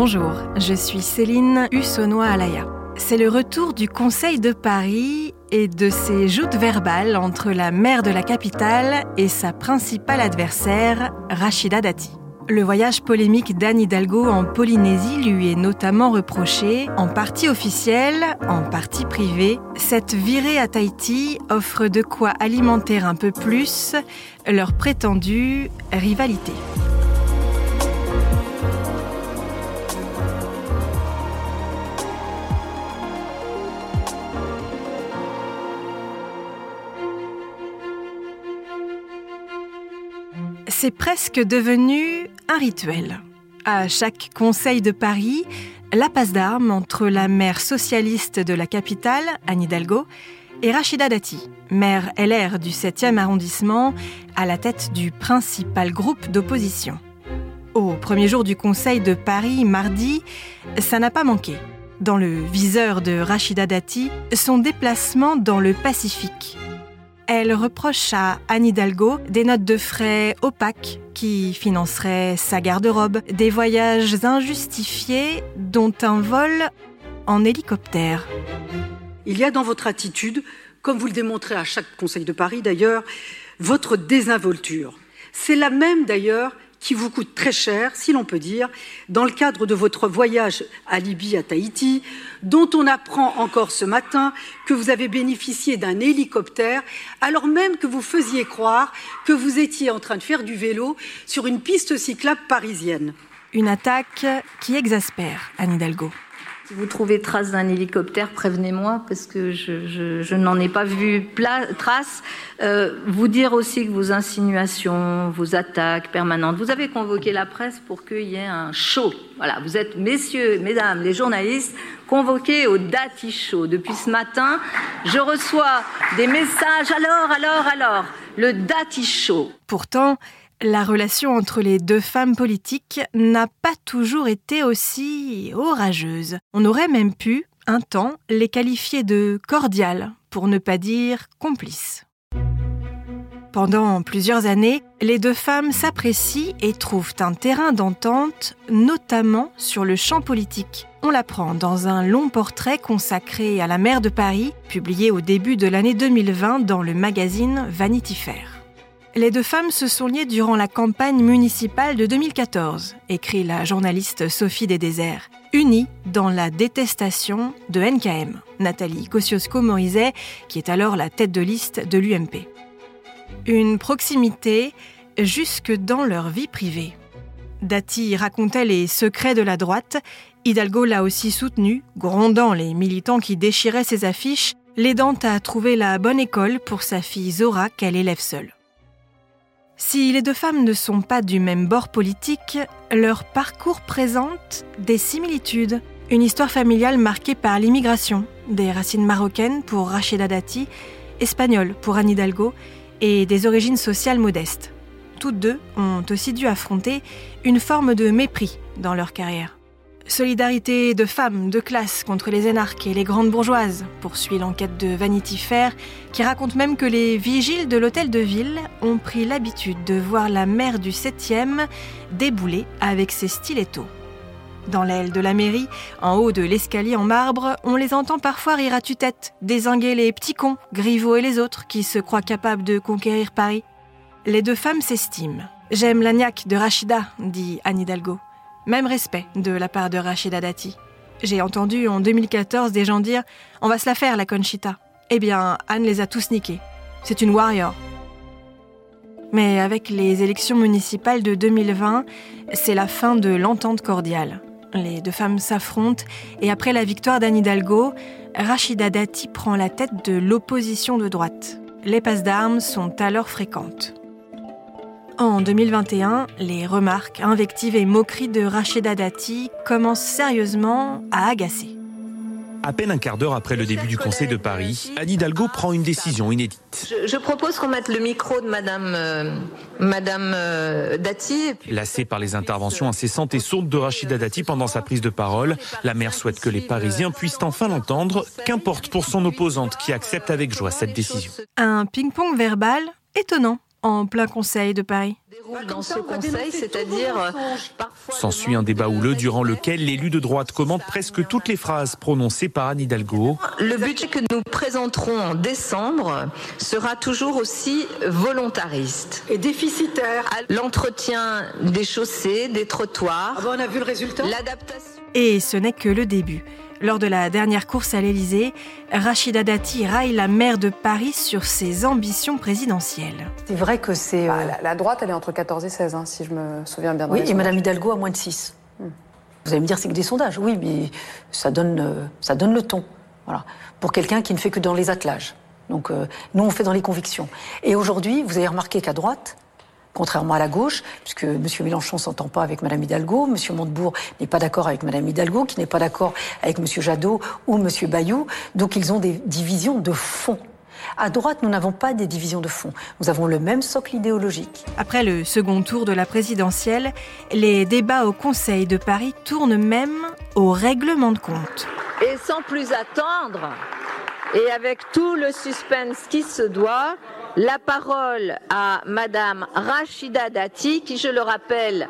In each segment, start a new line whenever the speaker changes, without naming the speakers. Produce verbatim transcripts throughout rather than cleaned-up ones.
Bonjour, je suis Céline Hussonnois-Alaya. C'est le retour du Conseil de Paris et de ses joutes verbales entre la maire de la capitale et sa principale adversaire, Rachida Dati. Le voyage polémique d'Anne Hidalgo en Polynésie lui est notamment reproché, en partie officielle, en partie privée. Cette virée à Tahiti offre de quoi alimenter un peu plus leur prétendue rivalité. C'est presque devenu un rituel. À chaque Conseil de Paris, la passe d'armes entre la maire socialiste de la capitale, Anne Hidalgo, et Rachida Dati, maire L R du septième arrondissement, à la tête du principal groupe d'opposition. Au premier jour du Conseil de Paris, mardi, ça n'a pas manqué. Dans le viseur de Rachida Dati, son déplacement dans le Pacifique. Elle reproche à Anne Hidalgo des notes de frais opaques qui financeraient sa garde-robe, des voyages injustifiés, dont un vol en hélicoptère.
Il y a dans votre attitude, comme vous le démontrez à chaque Conseil de Paris d'ailleurs, votre désinvolture. C'est la même d'ailleurs qui vous coûte très cher, si l'on peut dire, dans le cadre de votre voyage à Libye, à Tahiti, dont on apprend encore ce matin que vous avez bénéficié d'un hélicoptère, alors même que vous faisiez croire que vous étiez en train de faire du vélo sur une piste cyclable parisienne.
Une attaque qui exaspère Anne Hidalgo.
Si vous trouvez trace d'un hélicoptère, prévenez-moi, parce que je, je, je n'en ai pas vu pla- trace. Euh, vous dire aussi que vos insinuations, vos attaques permanentes, vous avez convoqué la presse pour qu'il y ait un show. Voilà, vous êtes, messieurs, mesdames, les journalistes, convoqués au Dati Show. Depuis ce matin, je reçois des messages. Alors, alors, alors, le Dati Show.
Pourtant, la relation entre les deux femmes politiques n'a pas toujours été aussi orageuse. On aurait même pu, un temps, les qualifier de cordiales, pour ne pas dire complices. Pendant plusieurs années, les deux femmes s'apprécient et trouvent un terrain d'entente, notamment sur le champ politique. On l'apprend dans un long portrait consacré à la maire de Paris, publié au début de l'année deux mille vingt dans le magazine Vanity Fair. Les deux femmes se sont liées durant la campagne municipale de deux mille quatorze, écrit la journaliste Sophie Desdéserts, unies dans la détestation de N K M, Nathalie Kosciusko-Morizet, qui est alors la tête de liste de l'U M P. Une proximité jusque dans leur vie privée. Dati racontait les secrets de la droite, Hidalgo l'a aussi soutenue, grondant les militants qui déchiraient ses affiches, l'aidant à trouver la bonne école pour sa fille Zora qu'elle élève seule. Si les deux femmes ne sont pas du même bord politique, leur parcours présente des similitudes. Une histoire familiale marquée par l'immigration, des racines marocaines pour Rachida Dati, espagnoles pour Anne Hidalgo et des origines sociales modestes. Toutes deux ont aussi dû affronter une forme de mépris dans leur carrière. Solidarité de femmes de classe contre les énarques et les grandes bourgeoises, poursuit l'enquête de Vanity Fair, qui raconte même que les vigiles de l'hôtel de ville ont pris l'habitude de voir la maire du septième débouler avec ses stilettos. Dans l'aile de la mairie, en haut de l'escalier en marbre, on les entend parfois rire à tue-tête, dézinguer les petits cons, Griveaux et les autres, qui se croient capables de conquérir Paris. Les deux femmes s'estiment. « J'aime la niaque de Rachida », dit Anne Hidalgo. Même respect de la part de Rachida Dati. J'ai entendu en deux mille quatorze des gens dire « On va se la faire, la Conchita ». Eh bien, Anne les a tous niqués. C'est une warrior. Mais avec les élections municipales de deux mille vingt, c'est la fin de l'entente cordiale. Les deux femmes s'affrontent et après la victoire d'Anne Hidalgo, Rachida Dati prend la tête de l'opposition de droite. Les passes d'armes sont alors fréquentes. En deux mille vingt et un, les remarques, invectives et moqueries de Rachida Dati commencent sérieusement à agacer.
À peine un quart d'heure après le début du Conseil de Paris, Anne Hidalgo prend une décision inédite.
Je, je propose qu'on mette le micro de Madame, euh, Madame euh, Dati.
Lassée par les interventions incessantes et sourdes de Rachida Dati pendant sa prise de parole, la maire souhaite que les Parisiens puissent enfin l'entendre, qu'importe pour son opposante qui accepte avec joie cette décision.
Un ping-pong verbal étonnant en plein conseil de Paris ?
Dans ce conseil, c'est-à-dire parfois...
S'ensuit un débat houleux durant lequel l'élu de droite commente presque toutes les phrases prononcées par Anne Hidalgo.
Le budget que nous présenterons en décembre sera toujours aussi volontariste.
Et déficitaire.
L'entretien des chaussées, des trottoirs.
Ah bon, on a vu le résultat ?
L'adaptation.
Et ce n'est que le début. Lors de la dernière course à l'Élysée, Rachida Dati raille la maire de Paris sur ses ambitions présidentielles.
C'est vrai que c'est...
Bah, la, la droite, elle est entre quatorze et seize, hein, si je me souviens bien. Dans
oui,
les
et
sondages.
Mme Hidalgo a moins de six. Hmm. Vous allez me dire, c'est que des sondages. Oui, mais ça donne, euh, ça donne le ton. Voilà. Pour quelqu'un qui ne fait que dans les attelages. Donc, euh, nous, on fait dans les convictions. Et aujourd'hui, vous avez remarqué qu'à droite, contrairement à la gauche, puisque M. Mélenchon ne s'entend pas avec Mme Hidalgo, M. Montebourg n'est pas d'accord avec Mme Hidalgo, qui n'est pas d'accord avec M. Jadot ou M. Bayou, donc ils ont des divisions de fond. À droite, nous n'avons pas des divisions de fond. Nous avons le même socle idéologique.
Après le second tour de la présidentielle, les débats au Conseil de Paris tournent même au règlement de compte.
Et sans plus attendre, et avec tout le suspense qui se doit, la parole à Madame Rachida Dati, qui, je le rappelle,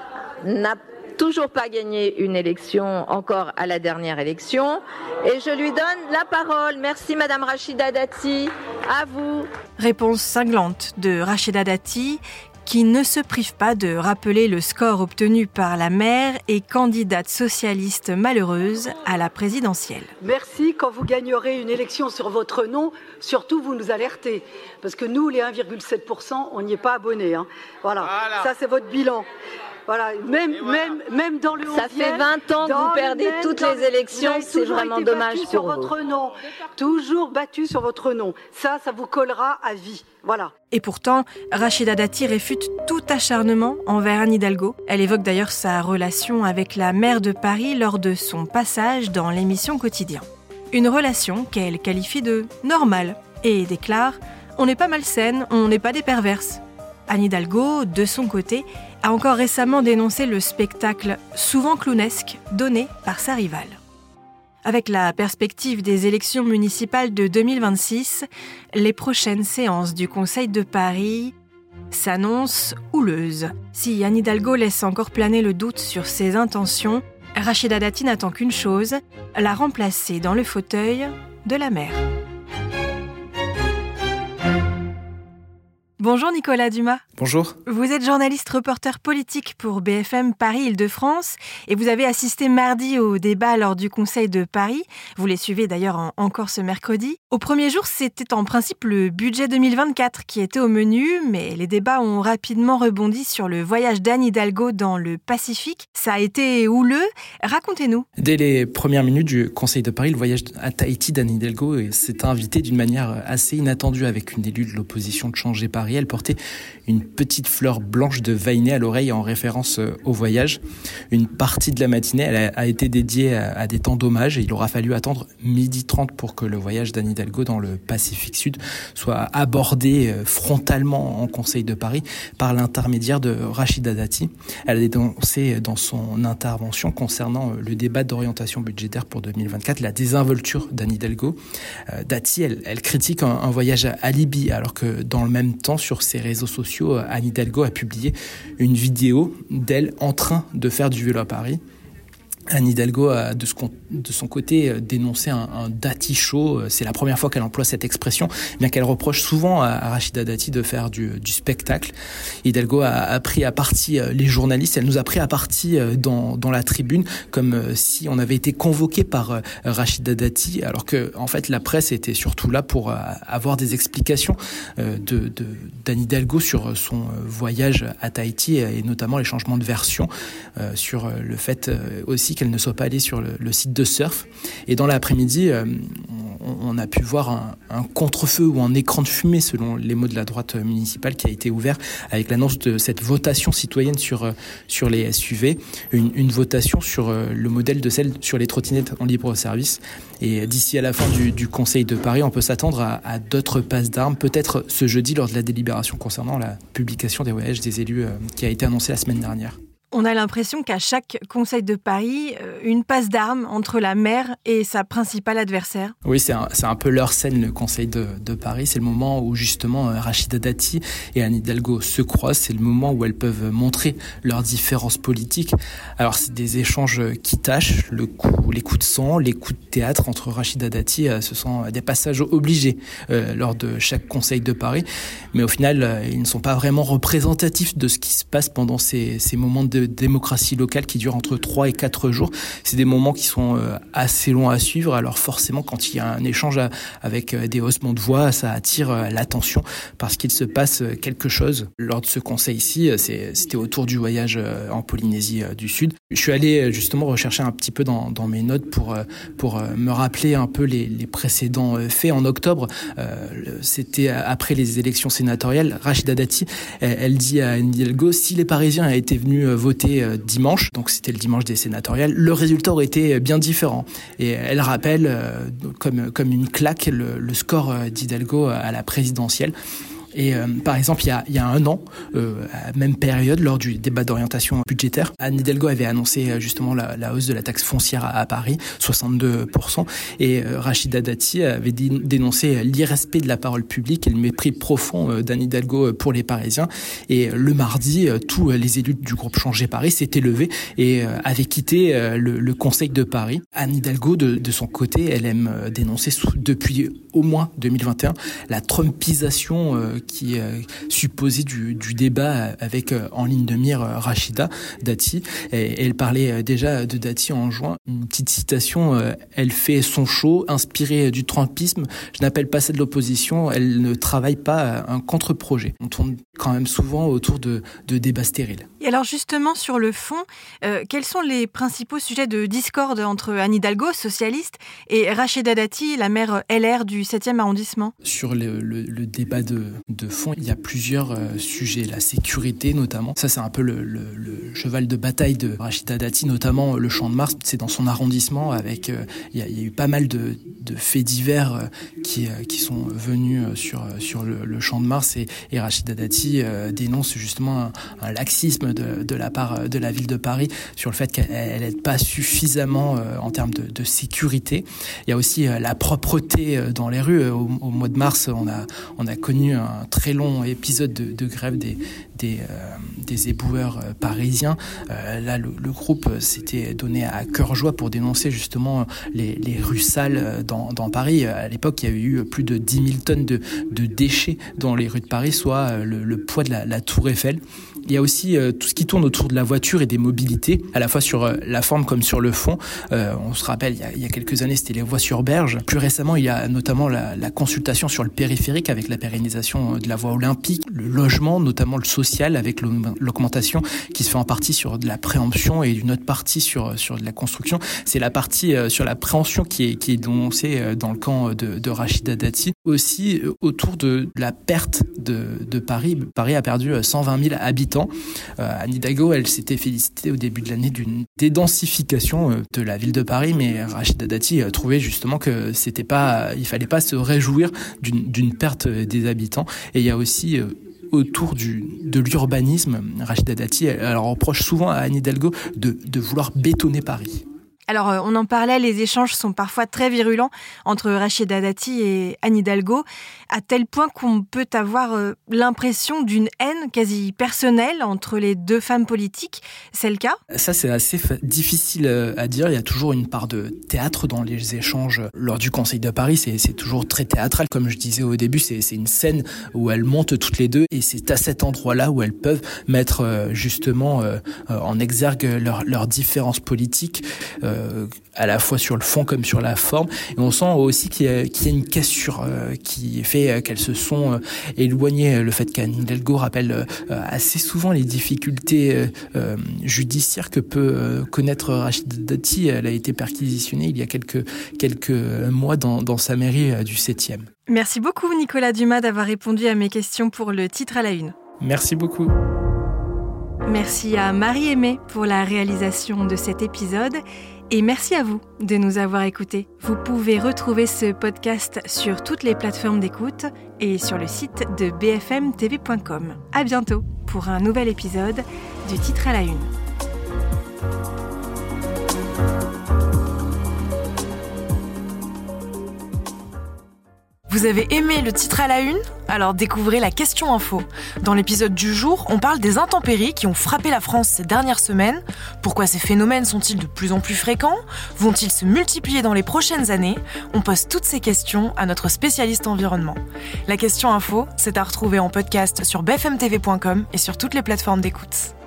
n'a toujours pas gagné une élection, encore à la dernière élection. Et je lui donne la parole. Merci Madame Rachida Dati, à vous.
Réponse cinglante de Rachida Dati, qui ne se prive pas de rappeler le score obtenu par la maire et candidate socialiste malheureuse à la présidentielle.
Merci, quand vous gagnerez une élection sur votre nom, surtout vous nous alertez. Parce que nous, les un virgule sept pour cent, on n'y est pas abonnés. Hein. Voilà. voilà, ça c'est votre bilan. Voilà, même, voilà. même, même dans le
Ça fait vingt ans que vous perdez le, toutes les élections, c'est vraiment dommage pour
sur
vous.
Votre nom, toujours battu sur votre nom. Ça, ça vous collera à vie. Voilà.
Et pourtant, Rachida Dati réfute tout acharnement envers Anne Hidalgo. Elle évoque d'ailleurs sa relation avec la maire de Paris lors de son passage dans l'émission Quotidien. Une relation qu'elle qualifie de normale et déclare « On n'est pas malsaines, on n'est pas des perverses ». Anne Hidalgo, de son côté, a encore récemment dénoncé le spectacle souvent clownesque donné par sa rivale. Avec la perspective des élections municipales de deux mille vingt-six, les prochaines séances du Conseil de Paris s'annoncent houleuses. Si Anne Hidalgo laisse encore planer le doute sur ses intentions, Rachida Dati n'attend qu'une chose, la remplacer dans le fauteuil de la maire. Bonjour Nicolas Dumas.
Bonjour.
Vous êtes journaliste reporter politique pour B F M Paris-Île-de-France et vous avez assisté mardi au débat lors du Conseil de Paris. Vous les suivez d'ailleurs en, encore ce mercredi. Au premier jour, c'était en principe le budget deux mille vingt-quatre qui était au menu, mais les débats ont rapidement rebondi sur le voyage d'Anne Hidalgo dans le Pacifique. Ça a été houleux. Racontez-nous.
Dès les premières minutes du Conseil de Paris, le voyage à Tahiti d'Anne Hidalgo s'est invité d'une manière assez inattendue avec une élue de l'opposition de Changer Paris. Elle portait une petite fleur blanche de Vaïné à l'oreille en référence au voyage. Une partie de la matinée elle a été dédiée à des temps d'hommage et il aura fallu attendre midi trente pour que le voyage d'Anne Hidalgo dans le Pacifique Sud soit abordé frontalement en Conseil de Paris par l'intermédiaire de Rachida Dati. Elle a dénoncé dans son intervention concernant le débat d'orientation budgétaire pour deux mille vingt-quatre la désinvolture d'Anne Hidalgo. Dati, elle, elle critique un, un voyage à alibi alors que dans le même temps, sur ses réseaux sociaux, Anne Hidalgo a publié une vidéo d'elle en train de faire du vélo à Paris. Anne Hidalgo a de, ce, de son côté dénoncé un, un Dati show. C'est la première fois qu'elle emploie cette expression, bien qu'elle reproche souvent à, à Rachida Dati de faire du, du spectacle. Hidalgo a, a pris à partie les journalistes, elle nous a pris à partie dans, dans la tribune, comme si on avait été convoqué par Rachida Dati, alors que en fait la presse était surtout là pour avoir des explications de, de, d'Anne Hidalgo sur son voyage à Tahiti et notamment les changements de version, sur le fait aussi qu'elle ne soit pas allée sur le, le site de surf. Et dans l'après-midi, euh, on, on a pu voir un, un contre-feu ou un écran de fumée, selon les mots de la droite municipale, qui a été ouvert avec l'annonce de cette votation citoyenne sur, sur les S U V, une, une votation sur le modèle de celle sur les trottinettes en libre service. Et d'ici à la fin du, du Conseil de Paris, on peut s'attendre à, à d'autres passes d'armes, peut-être ce jeudi lors de la délibération concernant la publication des voyages des élus euh, qui a été annoncée la semaine dernière.
On a l'impression qu'à chaque Conseil de Paris, une passe d'armes entre la maire et sa principale adversaire.
Oui, c'est un, c'est un peu leur scène, le Conseil de, de Paris. C'est le moment où justement Rachida Dati et Anne Hidalgo se croisent. C'est le moment où elles peuvent montrer leurs différences politiques. Alors, c'est des échanges qui tâchent, le coup, les coups de sang, les coups de théâtre entre Rachida Dati. Ce sont des passages obligés euh, lors de chaque Conseil de Paris. Mais au final, euh, ils ne sont pas vraiment représentatifs de ce qui se passe pendant ces, ces moments de démocratie locale qui durent entre trois et quatre jours. C'est des moments qui sont euh, assez longs à suivre. Alors forcément, quand il y a un échange à, avec euh, des haussements de voix, ça attire euh, l'attention parce qu'il se passe euh, quelque chose. Lors de ce conseil-ci, c'est, c'était autour du voyage euh, en Polynésie euh, du Sud. Je suis allé euh, justement rechercher un petit peu dans, dans mes notes pour, euh, pour euh, me rappeler un peu les, les précédents euh, faits. En octobre, euh, c'était après les élections sénatoriales. Rachida Dati, elle, elle dit à Anne Hidalgo, si les Parisiens étaient venus euh, voter dimanche, donc c'était le dimanche des sénatoriales, le résultat aurait été bien différent. Et elle rappelle euh, comme, comme une claque le, le score d'Hidalgo à la présidentielle. Et euh, par exemple, il y a, il y a un an, euh, à la même période, lors du débat d'orientation budgétaire, Anne Hidalgo avait annoncé justement la, la hausse de la taxe foncière à, à Paris, soixante-deux pour cent, et euh, Rachida Dati avait dé- dénoncé l'irrespect de la parole publique et le mépris profond euh, d'Anne Hidalgo pour les Parisiens. Et euh, le mardi, euh, tous les élus du groupe Changer Paris s'étaient levés et euh, avaient quitté euh, le, le Conseil de Paris. Anne Hidalgo, de, de son côté, elle aime euh, dénoncer sous, depuis au moins deux mille vingt et un la trumpisation euh, qui est euh, supposée du, du débat avec euh, en ligne de mire euh, Rachida Dati. Et, et elle parlait euh, déjà de Dati en juin. Une petite citation, euh, elle fait son show inspiré du trumpisme. Je n'appelle pas ça de l'opposition, elle ne travaille pas un contre-projet. On tourne quand même souvent autour de, de débats stériles.
Et alors justement, sur le fond, euh, quels sont les principaux sujets de discorde entre Anne Hidalgo, socialiste, et Rachida Dati, la maire L R du septième arrondissement ?
Sur le, le, le débat de, de fond, il y a plusieurs euh, sujets. La sécurité notamment, ça c'est un peu le, le, le cheval de bataille de Rachida Dati, notamment le Champ de Mars, c'est dans son arrondissement, avec euh, il, y a, il y a eu pas mal de, de faits divers euh, qui, euh, qui sont venus euh, sur, sur le, le Champ de Mars, et, et Rachida Dati euh, dénonce justement un, un laxisme de, de la part de la ville de Paris sur le fait qu'elle n'aide pas suffisamment euh, en termes de, de sécurité. Il y a aussi euh, la propreté euh, dans les rues. Au, au mois de mars, on a, on a connu un très long épisode de, de grève des, des, euh, des éboueurs euh, parisiens. Euh, là, le, le groupe s'était donné à cœur joie pour dénoncer justement les, les rues sales dans, dans Paris. À l'époque, il y avait eu plus de dix mille tonnes de, de déchets dans les rues de Paris, soit le, le poids de la, la Tour Eiffel. Il y a aussi euh, tout ce qui tourne autour de la voiture et des mobilités, à la fois sur euh, la forme comme sur le fond. Euh, on se rappelle, il y, a, il y a quelques années, c'était les voies sur berge. Plus récemment, il y a notamment la, la consultation sur le périphérique avec la pérennisation de la voie olympique, le logement, notamment le social, avec l'augmentation qui se fait en partie sur de la préemption et une autre partie sur, sur de la construction. C'est la partie euh, sur la préemption qui est, qui est dénoncée dans le camp de, de Rachida Dati. Aussi, euh, autour de la perte de, de Paris. Paris a perdu cent vingt mille habitants. Euh, Anne Hidalgo, elle s'était félicitée au début de l'année d'une dédensification de la ville de Paris, mais Rachida Dati trouvait justement que c'était pas, il fallait pas se réjouir d'une, d'une perte des habitants. Et il y a aussi euh, autour du, de l'urbanisme, Rachida Dati, elle, elle reproche souvent à Anne Hidalgo de, de vouloir bétonner Paris.
Alors, on en parlait, les échanges sont parfois très virulents entre Rachida Dati et Anne Hidalgo, à tel point qu'on peut avoir euh, l'impression d'une haine quasi personnelle entre les deux femmes politiques. C'est le cas ?
Ça, c'est assez fa- difficile à dire. Il y a toujours une part de théâtre dans les échanges. Lors du Conseil de Paris, c'est, c'est toujours très théâtral. Comme je disais au début, c'est, c'est une scène où elles montent toutes les deux, et c'est à cet endroit-là où elles peuvent mettre euh, justement euh, en exergue leurs leur différences politiques, euh, à la fois sur le fond comme sur la forme. Et on sent aussi qu'il y a, qu'il y a une cassure euh, qui fait qu'elles se sont euh, éloignées. Le fait qu'Anne Hidalgo rappelle euh, assez souvent les difficultés euh, euh, judiciaires que peut euh, connaître Rachida Dati. Elle a été perquisitionnée il y a quelques, quelques mois dans, dans sa mairie euh, du septième.
Merci beaucoup Nicolas Dumas d'avoir répondu à mes questions pour le titre à la une.
Merci beaucoup.
Merci à Marie-Aimée pour la réalisation de cet épisode. Et merci à vous de nous avoir écoutés. Vous pouvez retrouver ce podcast sur toutes les plateformes d'écoute et sur le site de b f m t v point com. À bientôt pour un nouvel épisode du Titre à la Une.
Vous avez aimé le titre à la une ? Alors découvrez la question info. Dans l'épisode du jour, on parle des intempéries qui ont frappé la France ces dernières semaines. Pourquoi ces phénomènes sont-ils de plus en plus fréquents ? Vont-ils se multiplier dans les prochaines années ? On pose toutes ces questions à notre spécialiste environnement. La question info, c'est à retrouver en podcast sur b f m t v point com et sur toutes les plateformes d'écoute.